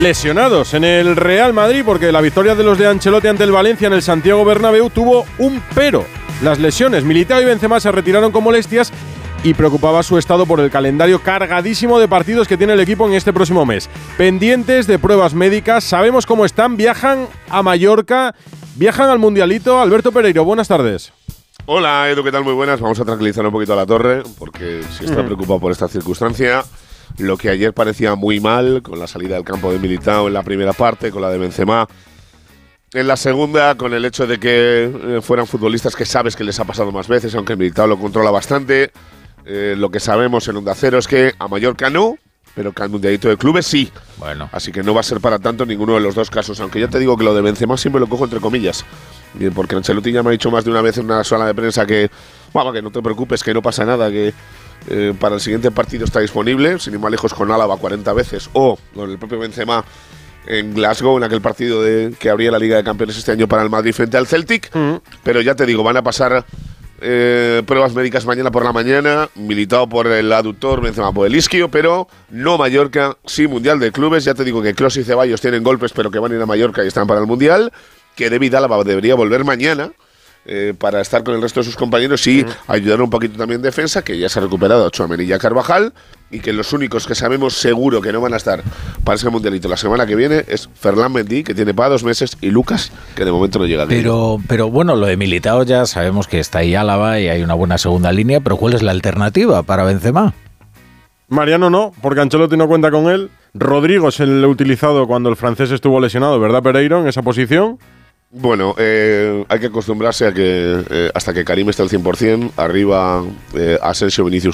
Lesionados en el Real Madrid, porque la victoria de los de Ancelotti ante el Valencia en el Santiago Bernabéu tuvo un pero. Las lesiones. Militao y Benzema se retiraron con molestias y preocupaba su estado por el calendario cargadísimo de partidos que tiene el equipo en este próximo mes. Pendientes de pruebas médicas, sabemos cómo están, viajan a Mallorca, viajan al Mundialito. Alberto Pereiro, buenas tardes. Hola Edu, ¿qué tal? Muy buenas. Vamos a tranquilizar un poquito a la torre, porque si está preocupado por esta circunstancia, lo que ayer parecía muy mal, con la salida del campo de Militao en la primera parte, con la de Benzema en la segunda, con el hecho de que fueran futbolistas que sabes que les ha pasado más veces, aunque Militao lo controla bastante. Lo que sabemos en Onda Cero es que a Mallorca no, pero que al Mundialito de Clubes sí. Bueno. Así que no va a ser para tanto ninguno de los dos casos, aunque ya te digo que lo de Benzema siempre lo cojo entre comillas. Bien, porque Ancelotti ya me ha dicho más de una vez en una sala de prensa que no te preocupes, que no pasa nada, que para el siguiente partido está disponible, sin ir más lejos con Álava 40 veces, o con el propio Benzema en Glasgow, en aquel partido que abría la Liga de Campeones este año para el Madrid frente al Celtic. Pero ya te digo, van a pasar pruebas médicas mañana por la mañana, Militao por el aductor, Benzema por el isquio, pero no Mallorca, sí Mundial de Clubes. Ya te digo que Kroos y Ceballos tienen golpes, pero que van a ir a Mallorca y están para el Mundial, que David Álava debería volver mañana para estar con el resto de sus compañeros y ayudar un poquito también en defensa, que ya se ha recuperado Tchouaméni y Carvajal, y que los únicos que sabemos seguro que no van a estar para ese Mundialito la semana que viene es Ferland Mendy, que tiene para 2 meses, y Lucas, que de momento no llega. Pero bueno, lo de Militao ya sabemos que está ahí Álava y hay una buena segunda línea, pero ¿cuál es la alternativa para Benzema? Mariano no, porque Ancelotti no cuenta con él. Rodrigo es el utilizado cuando el francés estuvo lesionado, ¿verdad, Pereiro, en esa posición? Bueno, hay que acostumbrarse a que hasta que Karim esté al 100%, arriba Asensio, Vinicius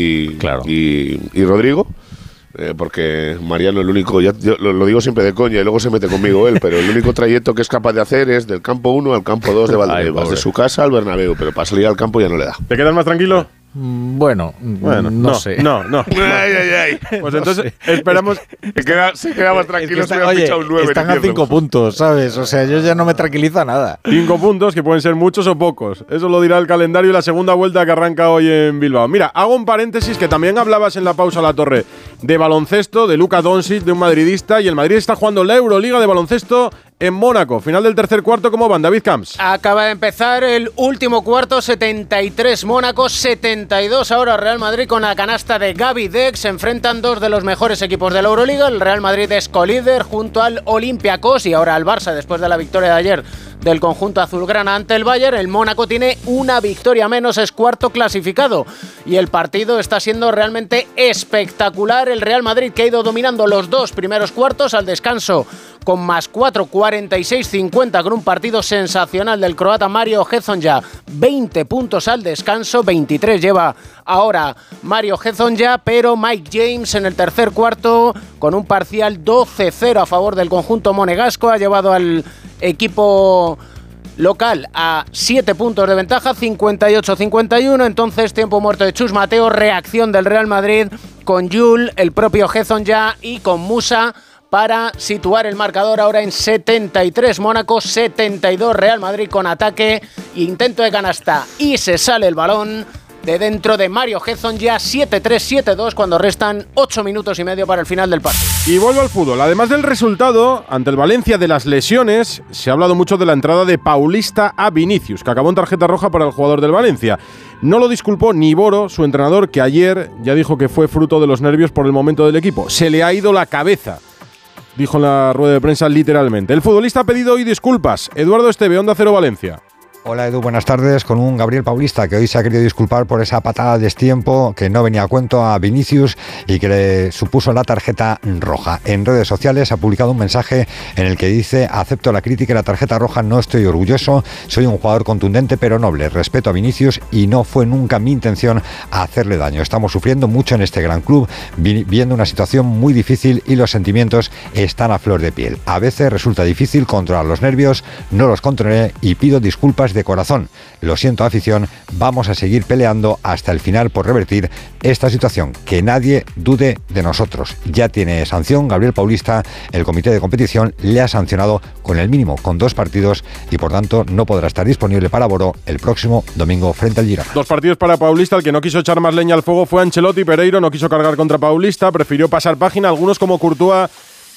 y Rodrigo, porque Mariano el único, yo lo digo siempre de coña y luego se mete conmigo él, pero el único trayecto que es capaz de hacer es del campo 1 al campo 2 de Valdebebas, de su casa al Bernabéu, pero para salir al campo ya no le da. ¿Te quedas más tranquilo? Bueno, no sé. No. Ay. Pues entonces esperamos. Se queda más tranquilo. Están a 5 puntos, ¿sabes? O sea, yo ya no me tranquiliza nada. 5 puntos, que pueden ser muchos o pocos. Eso lo dirá el calendario y la segunda vuelta que arranca hoy en Bilbao. Mira, hago un paréntesis, que también hablabas en la pausa a la torre de baloncesto, de Luka Doncic, de un madridista, y el Madrid está jugando la Euroliga de baloncesto en Mónaco. Final del tercer cuarto, ¿cómo van, David Camps? Acaba de empezar el último cuarto, 73 Mónaco, 72 ahora Real Madrid, con la canasta de Gaby Deck. Se enfrentan dos de los mejores equipos de la Euroliga. El Real Madrid es colíder junto al Olympiacos y ahora al Barça, después de la victoria de ayer del conjunto azulgrana ante el Bayern. El Mónaco tiene una victoria menos, es cuarto clasificado, y el partido está siendo realmente espectacular. El Real Madrid, que ha ido dominando los 2 primeros cuartos, al descanso con +4, 46-50, con un partido sensacional del croata Mario Hezonja. 20 puntos al descanso, 23 lleva ahora Mario Hezonja, pero Mike James en el tercer cuarto, con un parcial 12-0 a favor del conjunto monegasco, ha llevado al equipo local a 7 puntos de ventaja, 58-51. Entonces, tiempo muerto de Chus Mateo, reacción del Real Madrid con Jul, el propio Hezonja y con Musa, para situar el marcador ahora en 73 Mónaco, 72 Real Madrid, con ataque, intento de canasta y se sale el balón de dentro de Mario Hezonja. 7-3, 7-2 cuando restan 8 minutos y medio para el final del partido. Y vuelvo al fútbol. Además del resultado ante el Valencia, de las lesiones, se ha hablado mucho de la entrada de Paulista a Vinicius, que acabó en tarjeta roja para el jugador del Valencia. No lo disculpó ni Boro, su entrenador, que ayer ya dijo que fue fruto de los nervios por el momento del equipo. Se le ha ido la cabeza, dijo en la rueda de prensa literalmente. El futbolista ha pedido hoy disculpas. Eduardo Esteve, Onda Cero Valencia. Hola Edu, buenas tardes. Con un Gabriel Paulista que hoy se ha querido disculpar por esa patada de destiempo que no venía a cuento a Vinicius y que le supuso la tarjeta roja. En redes sociales ha publicado un mensaje en el que dice: acepto la crítica y la tarjeta roja, no estoy orgulloso, soy un jugador contundente pero noble, respeto a Vinicius y no fue nunca mi intención hacerle daño. Estamos sufriendo mucho en este gran club, viendo una situación muy difícil y los sentimientos están a flor de piel. A veces resulta difícil controlar los nervios, no los controlé y pido disculpas de corazón. Lo siento, afición, vamos a seguir peleando hasta el final por revertir esta situación. Que nadie dude de nosotros. Ya tiene sanción Gabriel Paulista, el comité de competición le ha sancionado con el mínimo, con 2 partidos, y por tanto no podrá estar disponible para Boro el próximo domingo frente al Girona. 2 partidos para Paulista. El que no quiso echar más leña al fuego fue Ancelotti. Pereiro no quiso cargar contra Paulista, prefirió pasar página. Algunos, como Courtois,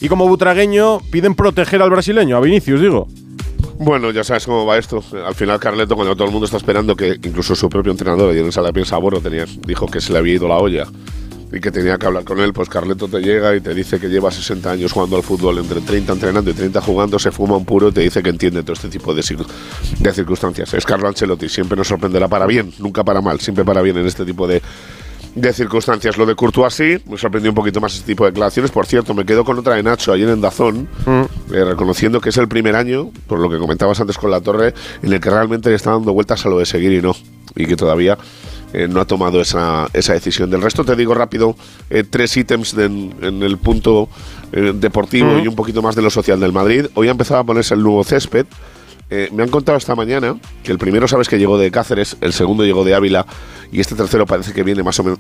y como butragueño piden proteger al brasileño, a Vinicius, digo. Bueno, ya sabes cómo va esto. Al final Carleto, cuando todo el mundo está esperando, que incluso su propio entrenador, ayer en Sala Piensa Borro, dijo que se le había ido la olla y que tenía que hablar con él, pues Carleto te llega y te dice que lleva 60 años jugando al fútbol, entre 30 entrenando y 30 jugando, se fuma un puro y te dice que entiende todo este tipo de circunstancias. Es Carlo Ancelotti, siempre nos sorprenderá para bien, nunca para mal, siempre para bien en este tipo de circunstancias. Lo de Courtois sí, me sorprendió un poquito más este tipo de declaraciones. Por cierto, me quedo con otra de Nacho ayer en DAZN, reconociendo que es el primer año, por lo que comentabas antes con La Torre, en el que realmente le está dando vueltas a lo de seguir y no, y que todavía no ha tomado esa decisión. Del resto te digo rápido, 3 ítems en el punto deportivo y un poquito más de lo social del Madrid. Hoy ha empezado a ponerse el nuevo césped. Me han contado esta mañana que el primero sabes que llegó de Cáceres, el segundo llegó de Ávila y este tercero parece que viene más o menos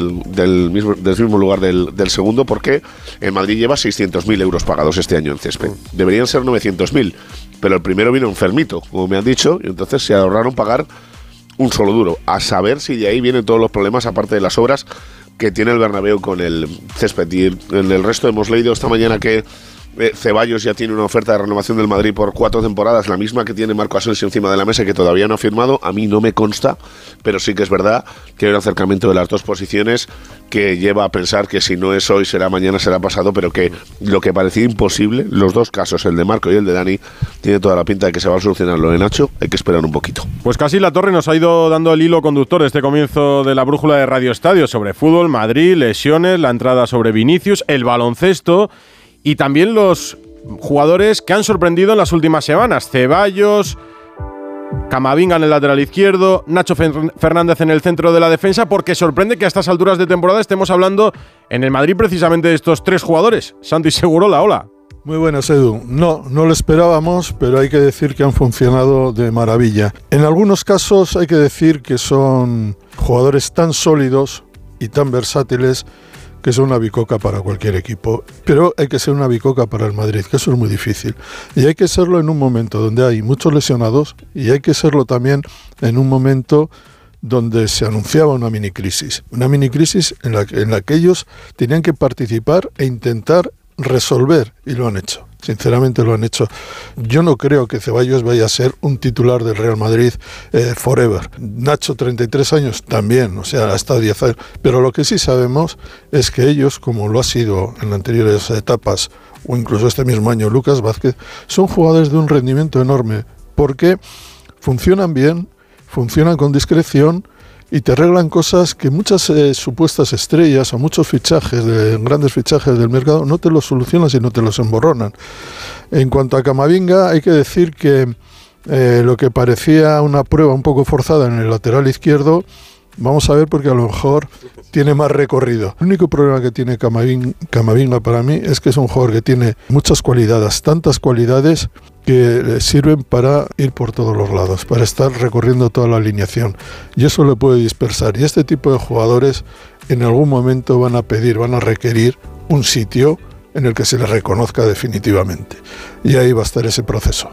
del mismo lugar del segundo, porque en Madrid lleva 600.000 euros pagados este año en césped. Deberían ser 900.000, pero el primero vino enfermito, como me han dicho, y entonces se ahorraron pagar un solo duro. A saber si de ahí vienen todos los problemas, aparte de las obras que tiene el Bernabéu con el césped. Y en el resto hemos leído esta mañana que Ceballos ya tiene una oferta de renovación del Madrid por 4 temporadas, la misma que tiene Marco Asensio encima de la mesa y que todavía no ha firmado. A mí no me consta, pero sí que es verdad que hay un acercamiento de las dos posiciones que lleva a pensar que si no es hoy será mañana, será pasado, pero que lo que parecía imposible, los dos casos, el de Marco y el de Dani, tiene toda la pinta de que se va a solucionar. Lo de Nacho hay que esperar un poquito. Pues casi La Torre nos ha ido dando el hilo conductor este comienzo de la brújula de Radio Estadio sobre fútbol, Madrid, lesiones, la entrada sobre Vinicius, el baloncesto y también los jugadores que han sorprendido en las últimas semanas. Ceballos, Camavinga en el lateral izquierdo, Nacho Fernández en el centro de la defensa, porque sorprende que a estas alturas de temporada estemos hablando en el Madrid precisamente de estos 3 jugadores. Santi Segurola, hola. Muy buenas, Edu. No lo esperábamos, pero hay que decir que han funcionado de maravilla. En algunos casos hay que decir que son jugadores tan sólidos y tan versátiles que son una bicoca para cualquier equipo, pero hay que ser una bicoca para el Madrid, que eso es muy difícil. Y hay que serlo en un momento donde hay muchos lesionados y hay que serlo también en un momento donde se anunciaba una mini crisis en la que ellos tenían que participar e intentar resolver, y lo han hecho. Sinceramente lo han hecho. Yo no creo que Ceballos vaya a ser un titular del Real Madrid forever. Nacho, 33 años, también, o sea, ha estado 10 años. Pero lo que sí sabemos es que ellos, como lo ha sido en anteriores etapas, o incluso este mismo año Lucas Vázquez, son jugadores de un rendimiento enorme, porque funcionan bien, funcionan con discreción, y te arreglan cosas que muchas supuestas estrellas o muchos grandes fichajes del mercado no te los solucionan si no te los emborronan. En cuanto a Camavinga, hay que decir que lo que parecía una prueba un poco forzada en el lateral izquierdo, vamos a ver, porque a lo mejor tiene más recorrido. El único problema que tiene Camavinga para mí es que es un jugador que tiene muchas cualidades, tantas cualidades que le sirven para ir por todos los lados, para estar recorriendo toda la alineación. Y eso le puede dispersar. Y este tipo de jugadores en algún momento van a requerir un sitio en el que se les reconozca definitivamente. Y ahí va a estar ese proceso.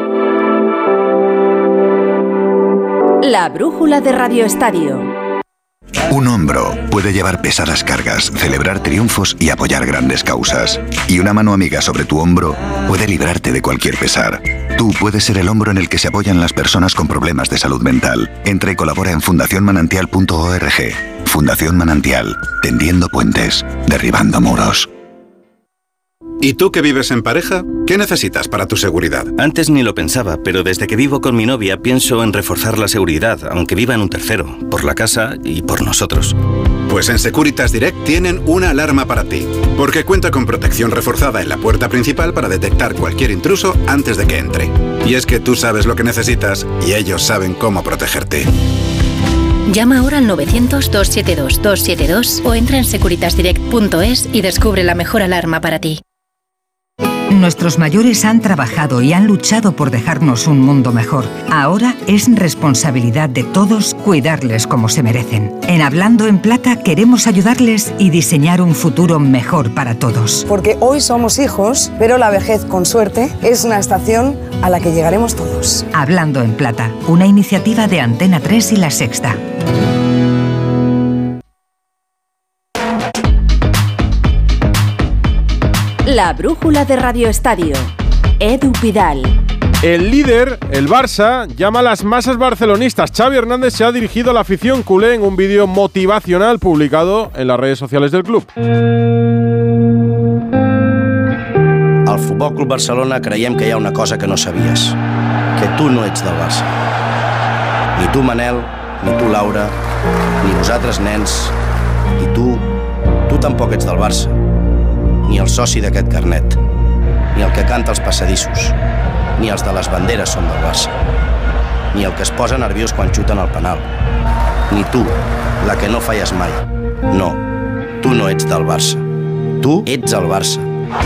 La brújula de Radio Estadio. Un hombro puede llevar pesadas cargas, celebrar triunfos y apoyar grandes causas. Y una mano amiga sobre tu hombro puede librarte de cualquier pesar. Tú puedes ser el hombro en el que se apoyan las personas con problemas de salud mental. Entra y colabora en fundacionmanantial.org. Fundación Manantial, tendiendo puentes, derribando muros. ¿Y tú que vives en pareja? ¿Qué necesitas para tu seguridad? Antes ni lo pensaba, pero desde que vivo con mi novia pienso en reforzar la seguridad, aunque viva en un tercero, por la casa y por nosotros. Pues en Securitas Direct tienen una alarma para ti, porque cuenta con protección reforzada en la puerta principal para detectar cualquier intruso antes de que entre. Y es que tú sabes lo que necesitas y ellos saben cómo protegerte. Llama ahora al 900-272-272 o entra en securitasdirect.es y descubre la mejor alarma para ti. Nuestros mayores han trabajado y han luchado por dejarnos un mundo mejor. Ahora es responsabilidad de todos cuidarles como se merecen. En Hablando en Plata queremos ayudarles y diseñar un futuro mejor para todos. Porque hoy somos hijos, pero la vejez, con suerte, es una estación a la que llegaremos todos. Hablando en Plata, una iniciativa de Antena 3 y La Sexta. La brújula de Radio Estadio. Edu Pidal. El líder, el Barça, llama a las masas barcelonistas. Xavi Hernández se ha dirigido a la afición culé en un vídeo motivacional publicado en las redes sociales del club. Al Futbol Club Barcelona creiem que hi ha una cosa que no sabies, que tu no ets del Barça. Ni tu, Manel, ni tu, Laura, ni vosaltres, nens, i tu tampoc ets del Barça, ni el soci d'aquest carnet, ni el que canta als passadissos, ni els de les banderes són del Barça, ni el que es posa nerviós quan xuten al penal, ni tu, la que no falles mai. No, tu no ets del Barça, tu ets el Barça.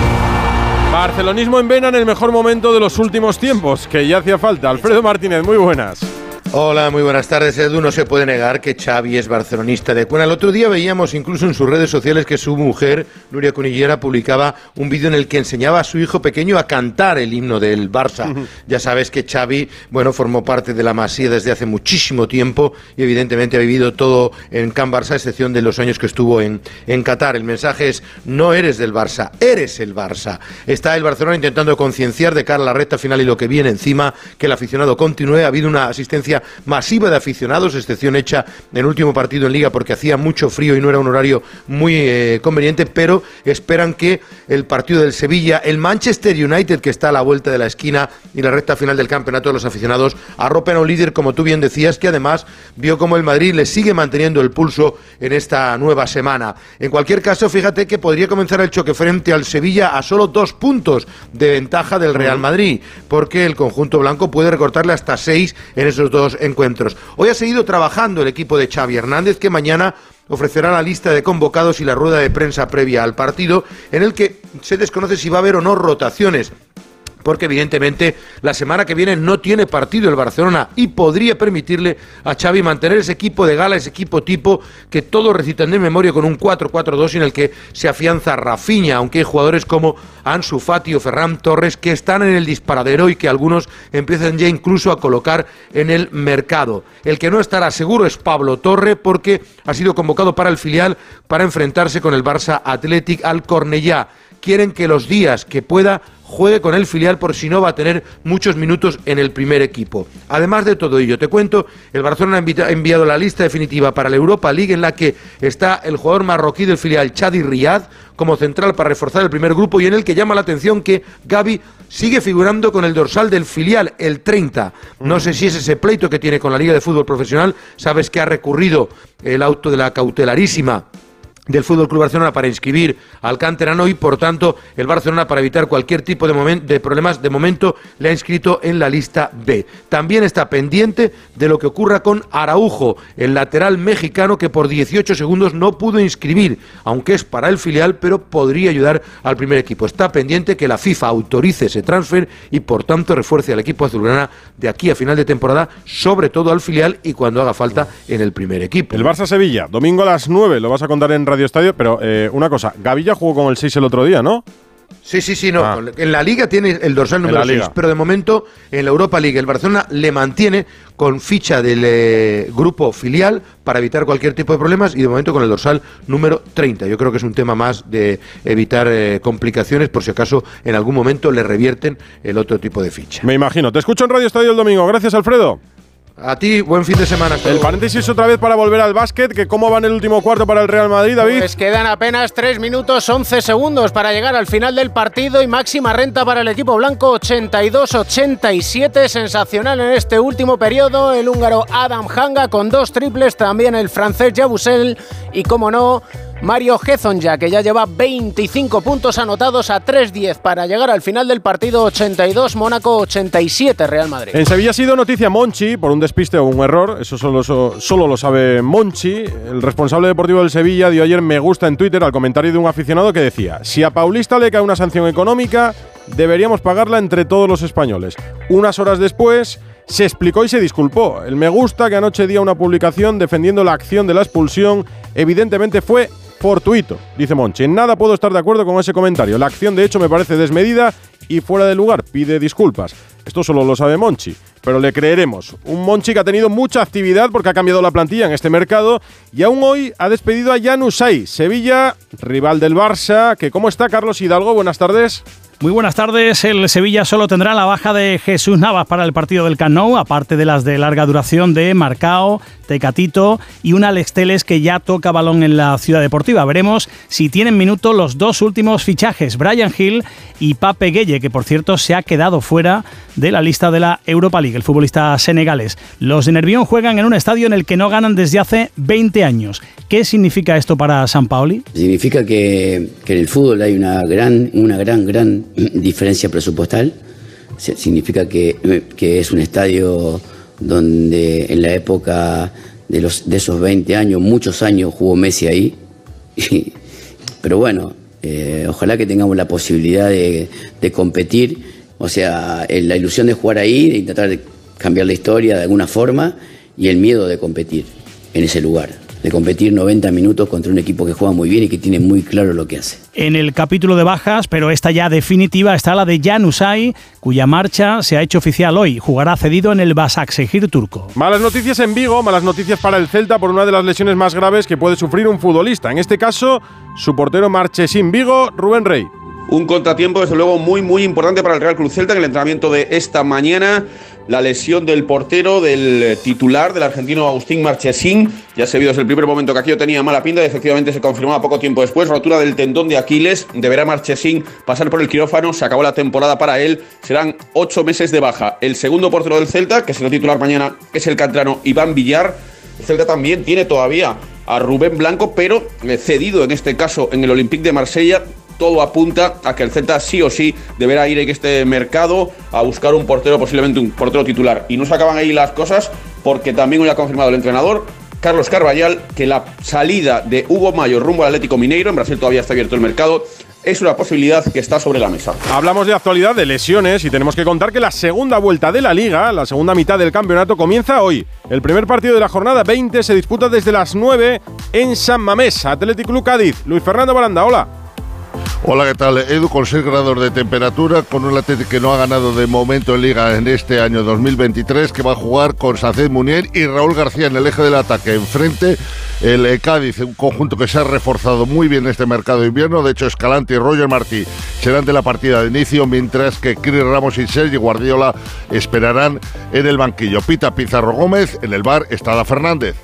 Barcelonismo en vena en el mejor momento de los últimos tiempos, que ya hacía falta. Alfredo Martínez, muy buenas. Hola, muy buenas tardes, Edu. No se puede negar que Xavi es barcelonista de cuna. El otro día veíamos incluso en sus redes sociales que su mujer, Núria Cunillera, publicaba un vídeo en el que enseñaba a su hijo pequeño a cantar el himno del Barça. Ya sabes que Xavi, formó parte de la Masía desde hace muchísimo tiempo y evidentemente ha vivido todo en Can Barça, a excepción de los años que estuvo en Qatar. El mensaje es: no eres del Barça, eres el Barça. Está el Barcelona intentando concienciar de cara a la recta final y lo que viene encima, que el aficionado continúe. Ha habido una asistencia masiva de aficionados, excepción hecha en el último partido en Liga porque hacía mucho frío y no era un horario muy conveniente, pero esperan que el partido del Sevilla, el Manchester United, que está a la vuelta de la esquina, y la recta final del campeonato de los aficionados arropen a un líder, como tú bien decías, que además vio como el Madrid le sigue manteniendo el pulso en esta nueva semana. En cualquier caso, fíjate que podría comenzar el choque frente al Sevilla a solo 2 puntos de ventaja del Real Madrid, porque el conjunto blanco puede recortarle hasta 6 en esos 2 encuentros. Hoy ha seguido trabajando el equipo de Xavi Hernández, que mañana ofrecerá la lista de convocados y la rueda de prensa previa al partido, en el que se desconoce si va a haber o no rotaciones, porque evidentemente la semana que viene no tiene partido el Barcelona y podría permitirle a Xavi mantener ese equipo de gala, ese equipo tipo que todos recitan de memoria, con un 4-4-2 en el que se afianza Rafinha, aunque hay jugadores como Ansu Fati o Ferran Torres que están en el disparadero y que algunos empiezan ya incluso a colocar en el mercado. El que no estará seguro es Pablo Torre, porque ha sido convocado para el filial para enfrentarse con el Barça Athletic al Cornellá. Quieren que los días que pueda juegue con el filial, por si no va a tener muchos minutos en el primer equipo. Además de todo ello, te cuento, el Barcelona ha enviado la lista definitiva para la Europa League, en la que está el jugador marroquí del filial Chadi Riyad como central para reforzar el primer grupo, y en el que llama la atención que Gavi sigue figurando con el dorsal del filial, el 30. No sé si es ese pleito que tiene con la Liga de Fútbol Profesional. Sabes que ha recurrido el auto de la cautelarísima del Fútbol Club Barcelona para inscribir al canterano, y por tanto el Barcelona, para evitar cualquier tipo de problemas, de momento le ha inscrito en la lista B. También está pendiente de lo que ocurra con Araujo, el lateral mexicano, que por 18 segundos no pudo inscribir, aunque es para el filial, pero podría ayudar al primer equipo. Está pendiente que la FIFA autorice ese transfer y por tanto refuerce al equipo azulgrana de aquí a final de temporada, sobre todo al filial y cuando haga falta en el primer equipo. El Barça-Sevilla, domingo a las 9, lo vas a contar en Radio Estadio, pero una cosa, Gavi ya jugó con el 6 el otro día, ¿no? Sí, no. En la Liga tiene el dorsal número 6, pero de momento en la Europa League el Barcelona le mantiene con ficha del grupo filial para evitar cualquier tipo de problemas, y de momento con el dorsal número 30. Yo creo que es un tema más de evitar complicaciones por si acaso en algún momento le revierten el otro tipo de ficha. Me imagino. Te escucho en Radio Estadio el domingo. Gracias, Alfredo. A ti, buen fin de semana. El paréntesis otra vez para volver al básquet, que cómo va en el último cuarto para el Real Madrid, David. Pues quedan apenas 3 minutos 11 segundos para llegar al final del partido, y máxima renta para el equipo blanco, 82-87, sensacional en este último periodo el húngaro Adam Hanga con 2 triples, también el francés Yabusel y, como no, Mario Hezonja, que ya lleva 25 puntos anotados a 3-10 para llegar al final del partido. 82 Mónaco, 87 Real Madrid. En Sevilla ha sido noticia Monchi por un despiste o un error, eso solo lo sabe Monchi. El responsable deportivo del Sevilla dio ayer me gusta en Twitter al comentario de un aficionado que decía: si a Paulista le cae una sanción económica, deberíamos pagarla entre todos los españoles. Unas horas después se explicó y se disculpó. El me gusta, que anoche dio una publicación defendiendo la acción de la expulsión, evidentemente fue fortuito, dice Monchi. En nada puedo estar de acuerdo con ese comentario. La acción de hecho me parece desmedida y fuera de lugar. Pide disculpas. Esto solo lo sabe Monchi. pero le creeremos. Un Monchi que ha tenido mucha actividad porque ha cambiado la plantilla en este mercado y aún hoy ha despedido a Januzaj. Sevilla, rival del Barça, que ¿cómo está Carlos Hidalgo? Buenas tardes. Muy buenas tardes. El Sevilla solo tendrá la baja de Jesús Navas para el partido del Camp Nou, aparte de las de larga duración de Marcao, Tecatito y un Alex Telles que ya toca balón en la Ciudad Deportiva. Veremos si tienen minuto los dos últimos fichajes, Bryan Gil y Pape Gueye, que por cierto se ha quedado fuera de la lista de la Europa League, el futbolista senegalés. Los de Nervión juegan en un estadio en el que no ganan desde hace 20 años. ¿Qué significa esto para Sampaoli? Significa que en el fútbol hay una gran diferencia presupuestal. Significa que es un estadio donde en la época de esos 20 años, muchos años jugó Messi ahí. Pero bueno, ojalá que tengamos la posibilidad de competir. O sea, la ilusión de jugar ahí, de intentar cambiar la historia de alguna forma, y el miedo de competir en ese lugar. De competir 90 minutos contra un equipo que juega muy bien y que tiene muy claro lo que hace. En el capítulo de bajas, pero esta ya definitiva, está la de Januzaj, cuya marcha se ha hecho oficial hoy. Jugará cedido en el Başakşehir turco. Malas noticias en Vigo, malas noticias para el Celta por una de las lesiones más graves que puede sufrir un futbolista. En este caso, su portero Marchesín. Vigo, Rubén Rey. Un contratiempo, desde luego, muy importante para el Real Club Celta en el entrenamiento de esta mañana. La lesión del portero, del titular, del argentino Agustín Marchesín. Ya se vio desde el primer momento que aquello tenía mala pinta y efectivamente se confirmaba poco tiempo después. Rotura del tendón de Aquiles. Deberá Marchesín pasar por el quirófano. Se acabó la temporada para él. Serán 8 meses de baja. El segundo portero del Celta, que será titular mañana, es el canterano Iván Villar. El Celta también tiene todavía a Rubén Blanco, pero cedido en este caso en el Olympique de Marsella. Todo apunta a que el Celta sí o sí deberá ir en este mercado a buscar un portero, posiblemente un portero titular. Y no se acaban ahí las cosas porque también hoy ha confirmado el entrenador, Carlos Carvajal, que la salida de Hugo Mayo rumbo al Atlético Mineiro, en Brasil todavía está abierto el mercado, es una posibilidad que está sobre la mesa. Hablamos de actualidad, de lesiones, y tenemos que contar que la segunda vuelta de la Liga, la segunda mitad del campeonato, comienza hoy. El primer partido de la jornada 20 se disputa desde las 9 en San Mamés. Athletic Club Cádiz. Luis Fernando Baranda, hola. Hola, ¿qué tal? Edu, con 6 grados de temperatura, con un Athletic que no ha ganado de momento en Liga en este año 2023, que va a jugar con Sánchez Munier y Raúl García en el eje del ataque. Enfrente, el Cádiz, un conjunto que se ha reforzado muy bien en este mercado de invierno. De hecho, Escalante y Roger Martí serán de la partida de inicio, mientras que Cris Ramos y Sergi Guardiola esperarán en el banquillo. Pita Pizarro Gómez, en el bar Estada Fernández.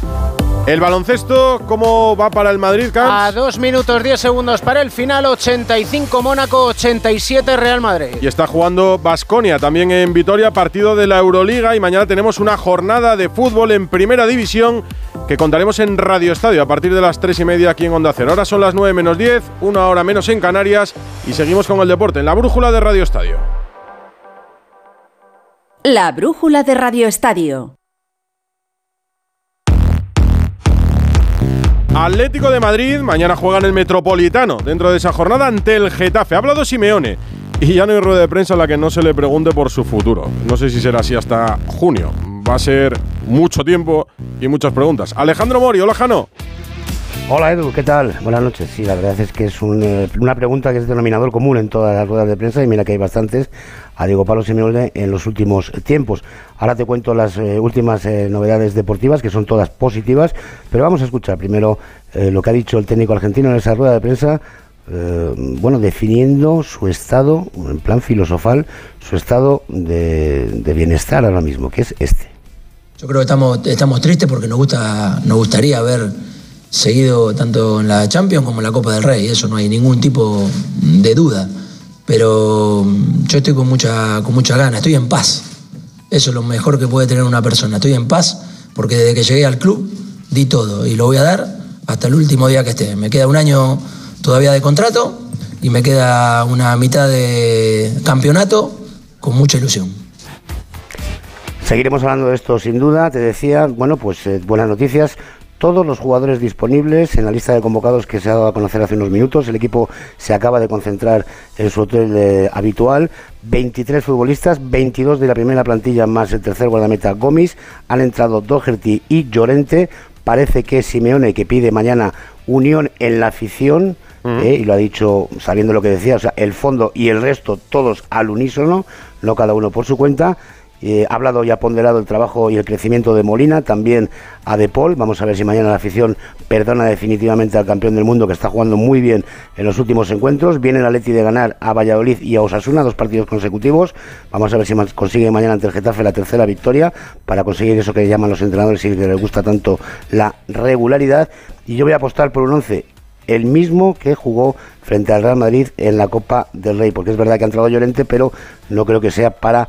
El baloncesto, ¿cómo va para el Madrid, Camps? A 2 minutos 10 segundos para el final, 85 Mónaco, 87 Real Madrid. Y está jugando Baskonia también en Vitoria, partido de la Euroliga, y mañana tenemos una jornada de fútbol en Primera División que contaremos en Radio Estadio a partir de las 3:30 aquí en Onda Cero. Ahora son las 9 menos 10, 1 hora menos en Canarias, y seguimos con el deporte en la brújula de Radio Estadio. La brújula de Radio Estadio. Atlético de Madrid, mañana juega en el Metropolitano, dentro de esa jornada ante el Getafe. Ha hablado Simeone y ya no hay rueda de prensa a la que no se le pregunte por su futuro. No sé si será así hasta junio. Va a ser mucho tiempo y muchas preguntas. Alejandro Mori, hola Jano. Hola Edu, ¿qué tal? Buenas noches. Sí, la verdad es que es una pregunta que es denominador común en todas las ruedas de prensa, y mira que hay bastantes a Diego Pablo Simeone en los últimos tiempos. Ahora te cuento las últimas novedades deportivas, que son todas positivas, pero vamos a escuchar primero lo que ha dicho el técnico argentino en esa rueda de prensa, definiendo su estado, en plan filosofal, su estado de bienestar ahora mismo, que es este. Yo creo que estamos tristes porque nos gustaría haber seguido tanto en la Champions como en la Copa del Rey, eso no hay ningún tipo de duda, pero yo estoy con mucha gana, estoy en paz. Eso es lo mejor que puede tener una persona, estoy en paz porque desde que llegué al club di todo y lo voy a dar hasta el último día que esté. Me queda un año todavía de contrato y me queda una mitad de campeonato con mucha ilusión. Seguiremos hablando de esto sin duda. Te decía, buenas noticias. Todos los jugadores disponibles en la lista de convocados que se ha dado a conocer hace unos minutos. El equipo se acaba de concentrar en su hotel habitual. 23 futbolistas, 22 de la primera plantilla más el tercer guardameta Gomis. Han entrado Doherty y Llorente. Parece que Simeone, que pide mañana unión en la afición, y lo ha dicho sabiendo lo que decía, o sea, el fondo y el resto todos al unísono, no cada uno por su cuenta. Ha hablado y ha ponderado el trabajo y el crecimiento de Molina, también a De Paul. Vamos a ver si mañana la afición perdona definitivamente al campeón del mundo, que está jugando muy bien en los últimos encuentros. Viene el Atleti de ganar a Valladolid y a Osasuna, 2 partidos consecutivos. Vamos a ver si consigue mañana ante el Getafe la tercera victoria, para conseguir eso que llaman los entrenadores y que les gusta tanto, la regularidad. Y yo voy a apostar por un 11, el mismo que jugó frente al Real Madrid en la Copa del Rey, porque es verdad que ha entrado Llorente, pero no creo que sea para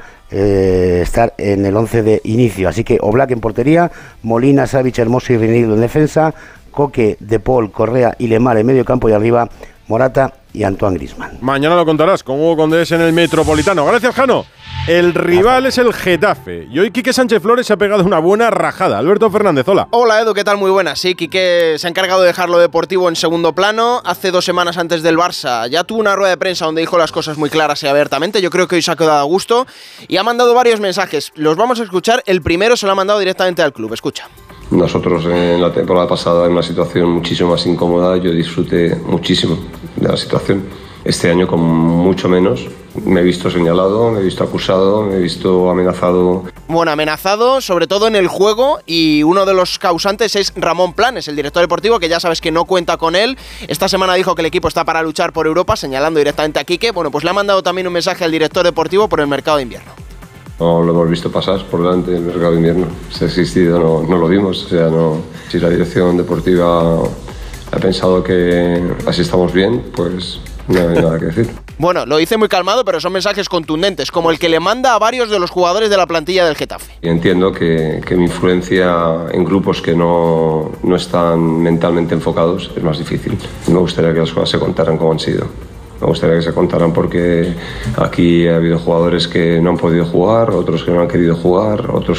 estar en el 11 de inicio. Así que Oblak en portería, Molina, Savic, Hermoso y Reinildo en defensa, Coque, De Paul, Correa y Lemar en medio campo, y arriba Morata y Antoine Griezmann. Mañana lo contarás con Hugo Condés en el Metropolitano. Gracias, Jano. El rival es el Getafe y hoy Quique Sánchez Flores se ha pegado una buena rajada. Alberto Fernández, hola. Hola Edu, ¿qué tal? Muy buena. Sí, Quique se ha encargado de dejar lo deportivo en segundo plano. Hace 2 semanas antes del Barça ya tuvo una rueda de prensa donde dijo las cosas muy claras y abiertamente. Yo creo que hoy se ha quedado a gusto y ha mandado varios mensajes. Los vamos a escuchar. El primero se lo ha mandado directamente al club. Escucha. Nosotros en la temporada pasada en una situación muchísimo más incómoda, yo disfruté muchísimo de la situación. Este año con mucho menos. Me he visto señalado, me he visto acusado, me he visto amenazado. Bueno, amenazado sobre todo en el juego, y uno de los causantes es Ramón Planes, el director deportivo, que ya sabes que no cuenta con él. Esta semana dijo que el equipo está para luchar por Europa, señalando directamente a Quique. Bueno, pues le ha mandado también un mensaje al director deportivo por el mercado de invierno. No lo hemos visto pasar por delante del mercado de invierno. Si ha existido, no lo vimos. O sea, no. Si la dirección deportiva ha pensado que así estamos bien, pues no hay nada que decir. Bueno, lo dice muy calmado, pero son mensajes contundentes, como el que le manda a varios de los jugadores de la plantilla del Getafe. Y entiendo que mi influencia en grupos que no están mentalmente enfocados es más difícil. Me gustaría que las cosas se contaran como han sido. Me gustaría que se contaran, porque aquí ha habido jugadores que no han podido jugar, otros que no han querido jugar, otros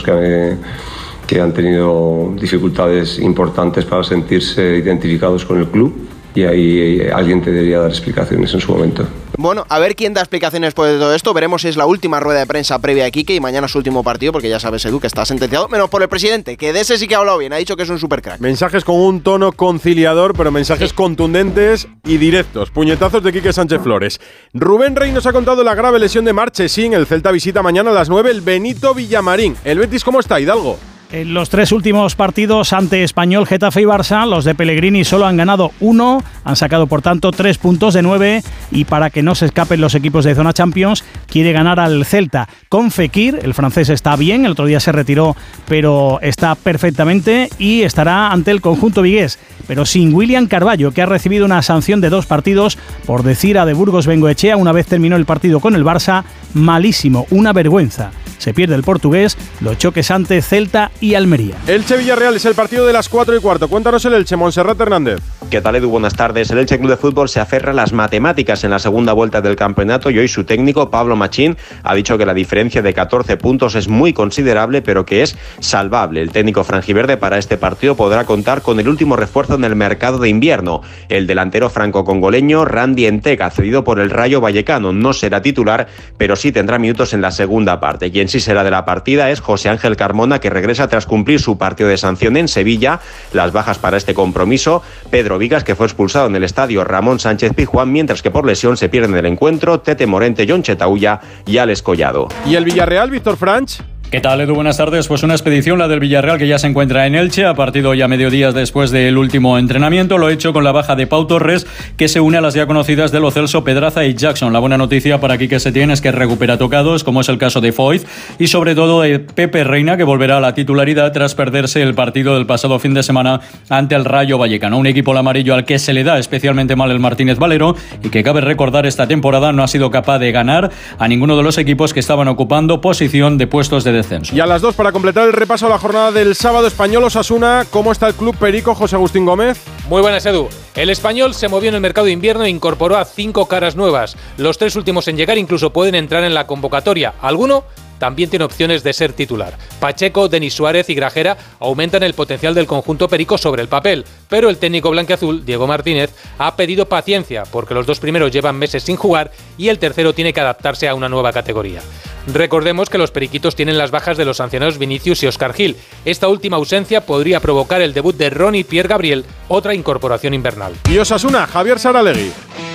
que han tenido dificultades importantes para sentirse identificados con el club, y ahí alguien te debería dar explicaciones en su momento. Bueno, a ver quién da explicaciones después de todo esto. Veremos si es la última rueda de prensa previa a Quique y mañana su último partido, porque ya sabes, Edu, que está sentenciado, menos por el presidente, que de ese sí que ha hablado bien, ha dicho que es un supercrack. Mensajes con un tono conciliador, pero mensajes contundentes y directos. Puñetazos de Quique Sánchez Flores. Rubén Rey nos ha contado la grave lesión de Marchesín. El Celta visita mañana a las 9 el Benito Villamarín. ¿El Betis cómo está, Hidalgo? En los 3 últimos partidos ante Español, Getafe y Barça, los de Pellegrini solo han ganado 1, han sacado por tanto 3 puntos de 9, y para que no se escapen los equipos de zona Champions, quiere ganar al Celta. Con Fekir, el francés está bien, el otro día se retiró, pero está perfectamente, y estará ante el conjunto vigués, pero sin William Carballo, que ha recibido una sanción de 2 partidos por decir a de Burgos Bengoechea una vez terminó el partido con el Barça: malísimo, una vergüenza. Se pierde el portugués, los choques ante Celta y Almería. Elche Villarreal es el partido de las 4:15. Cuéntanos el Elche, Montserrat Hernández. ¿Qué tal, Edu? Buenas tardes. El Elche Club de Fútbol se aferra a las matemáticas en la segunda vuelta del campeonato, y hoy su técnico, Pablo Machín, ha dicho que la diferencia de 14 puntos es muy considerable, pero que es salvable. El técnico franjiverde para este partido podrá contar con el último refuerzo en el mercado de invierno, el delantero franco-congoleño Randy Entega, cedido por el Rayo Vallecano. No será titular, pero sí tendrá minutos en la segunda parte. Quien sí será de la partida es José Ángel Carmona, que regresa tras cumplir su partido de sanción en Sevilla. Las bajas para este compromiso: Pedro Vigas, que fue expulsado en el estadio Ramón Sánchez Pizjuán, mientras que por lesión se pierden el encuentro Tete Morente, John Chetaulla y Alex Collado. ¿Y el Villarreal, Víctor Franch? ¿Qué tal, Edu? Buenas tardes. Pues una expedición, la del Villarreal, que ya se encuentra en Elche, a partido ya mediodías después del último entrenamiento. Lo hecho con la baja de Pau Torres, que se une a las ya conocidas de Lo Celso, Pedraza y Jackson. La buena noticia para Quique Setién es que recupera tocados, como es el caso de Foyth, y sobre todo de Pepe Reina, que volverá a la titularidad tras perderse el partido del pasado fin de semana ante el Rayo Vallecano. Un equipo, el amarillo, al que se le da especialmente mal el Martínez Valero, y que cabe recordar esta temporada no ha sido capaz de ganar a ninguno de los equipos que estaban ocupando posición de puestos de descenso. Y a las 2, para completar el repaso a la jornada del sábado, Español Osasuna. ¿Cómo está el club Perico, José Agustín Gómez? Muy buenas, Edu. El Español se movió en el mercado de invierno e incorporó a 5 caras nuevas. Los 3 últimos en llegar incluso pueden entrar en la convocatoria. ¿Alguno? También tiene opciones de ser titular. Pacheco, Denis Suárez y Grajera aumentan el potencial del conjunto perico sobre el papel, pero el técnico blanquiazul, Diego Martínez, ha pedido paciencia, porque los 2 primeros llevan meses sin jugar y el tercero tiene que adaptarse a una nueva categoría. Recordemos que los periquitos tienen las bajas de los sancionados Vinicius y Óscar Gil. Esta última ausencia podría provocar el debut de Ronnie Pierre Gabriel, otra incorporación invernal. Y Osasuna, Javier Saralegui.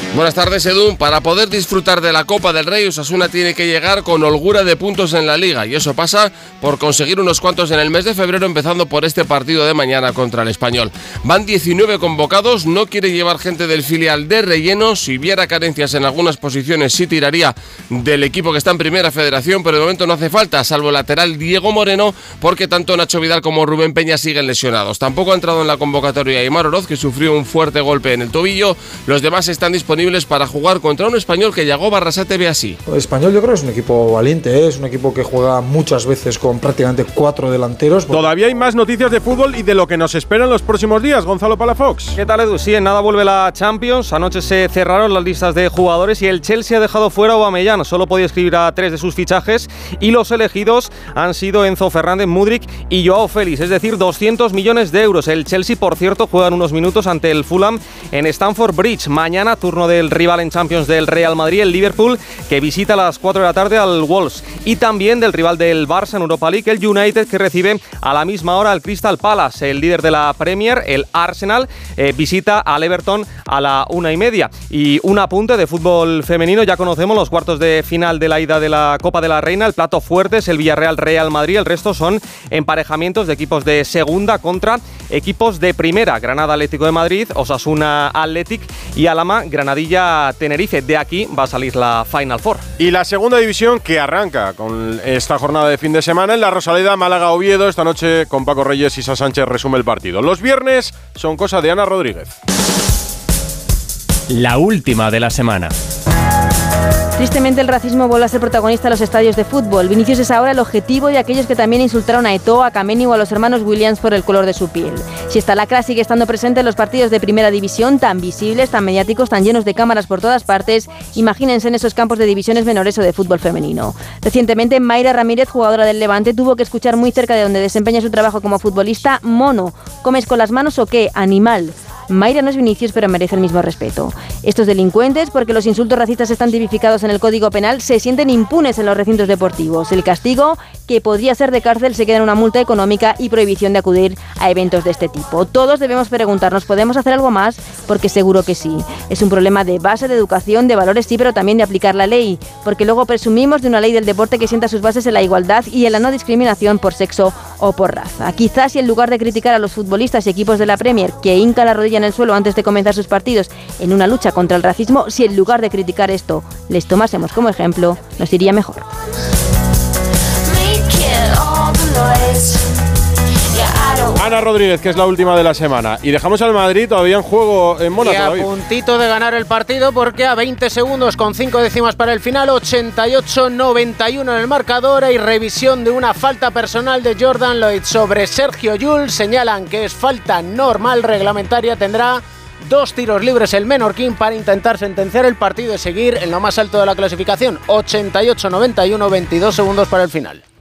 Buenas tardes, Edu. Para poder disfrutar de la Copa del Rey, Osasuna tiene que llegar con holgura de puntos en la Liga, y eso pasa por conseguir unos cuantos en el mes de febrero, empezando por este partido de mañana contra el Español. Van 19 convocados, no quiere llevar gente del filial de relleno. Si viera carencias en algunas posiciones, sí tiraría del equipo que está en Primera Federación, pero de momento no hace falta, salvo el lateral Diego Moreno, porque tanto Nacho Vidal como Rubén Peña siguen lesionados. Tampoco ha entrado en la convocatoria Aimar Oroz, que sufrió un fuerte golpe en el tobillo. Los demás están disponibles para jugar contra un Español que Yago Barrasate ve así. El Español yo creo que es un equipo valiente, es un equipo que juega muchas veces con prácticamente 4 delanteros. Todavía hay más noticias de fútbol y de lo que nos espera en los próximos días. Gonzalo Palafox. ¿Qué tal, Edu? Sí, en nada vuelve la Champions. Anoche se cerraron las listas de jugadores y el Chelsea ha dejado fuera a Aubameyang. Solo podía escribir a 3 de sus fichajes y los elegidos han sido Enzo Fernández, Mudryk y Joao Félix, es decir, 200 millones de euros. El Chelsea, por cierto, juega en unos minutos ante el Fulham en Stamford Bridge. Mañana, turno del rival en Champions del Real Madrid, el Liverpool, que visita a las 4 de la tarde al Wolves, y también del rival del Barça en Europa League, el United, que recibe a la misma hora al Crystal Palace. El líder de la Premier, el Arsenal, visita al Everton a la 1:30. Y un apunte de fútbol femenino: ya conocemos los cuartos de final de la ida de la Copa de la Reina. El plato fuerte es el Villarreal-Real Madrid, el resto son emparejamientos de equipos de segunda contra equipos de primera: Granada Atlético de Madrid, Osasuna Athletic y Alhama Granadilla Tenerife. De aquí va a salir la Final Four. Y la segunda división, que arranca con esta jornada de fin de semana en la Rosaleda, Málaga Oviedo. Esta noche con Paco Reyes y Isa Sánchez resume el partido. Los viernes son cosa de Ana Rodríguez. La última de la semana. Tristemente, el racismo vuelve a ser protagonista en los estadios de fútbol. Vinicius es ahora el objetivo de aquellos que también insultaron a Eto'o, a Kameni o a los hermanos Williams por el color de su piel. Si esta lacra sigue estando presente en los partidos de primera división, tan visibles, tan mediáticos, tan llenos de cámaras por todas partes, imagínense en esos campos de divisiones menores o de fútbol femenino. Recientemente, Mayra Ramírez, jugadora del Levante, tuvo que escuchar muy cerca de donde desempeña su trabajo como futbolista: mono, ¿comes con las manos o qué? Animal. Mayra no es Vinicius, pero merece el mismo respeto. Estos delincuentes, porque los insultos racistas están tipificados en el Código Penal, se sienten impunes en los recintos deportivos. El castigo, que podría ser de cárcel, se queda en una multa económica y prohibición de acudir a eventos de este tipo. Todos debemos preguntarnos, ¿podemos hacer algo más? Porque seguro que sí. Es un problema de base, de educación, de valores, sí, pero también de aplicar la ley. Porque luego presumimos de una ley del deporte que sienta sus bases en la igualdad y en la no discriminación por sexo o por raza. Quizás si en lugar de criticar a los futbolistas y equipos de la Premier que hincan la rodilla en el suelo antes de comenzar sus partidos en una lucha contra el racismo, si en lugar de criticar esto les tomásemos como ejemplo, nos iría mejor. Ana Rodríguez, que es la última de la semana. Y dejamos al Madrid todavía en juego en Mónaco. Y a puntito de ganar el partido, porque a 20 segundos con 5 décimas para el final, 88-91 en el marcador. Hay revisión de una falta personal de Jordan Lloyd sobre Sergio Llull. Señalan que es falta normal reglamentaria. Tendrá 2 tiros libres el menorquín para intentar sentenciar el partido y seguir en lo más alto de la clasificación. 88-91, 22 segundos para el final.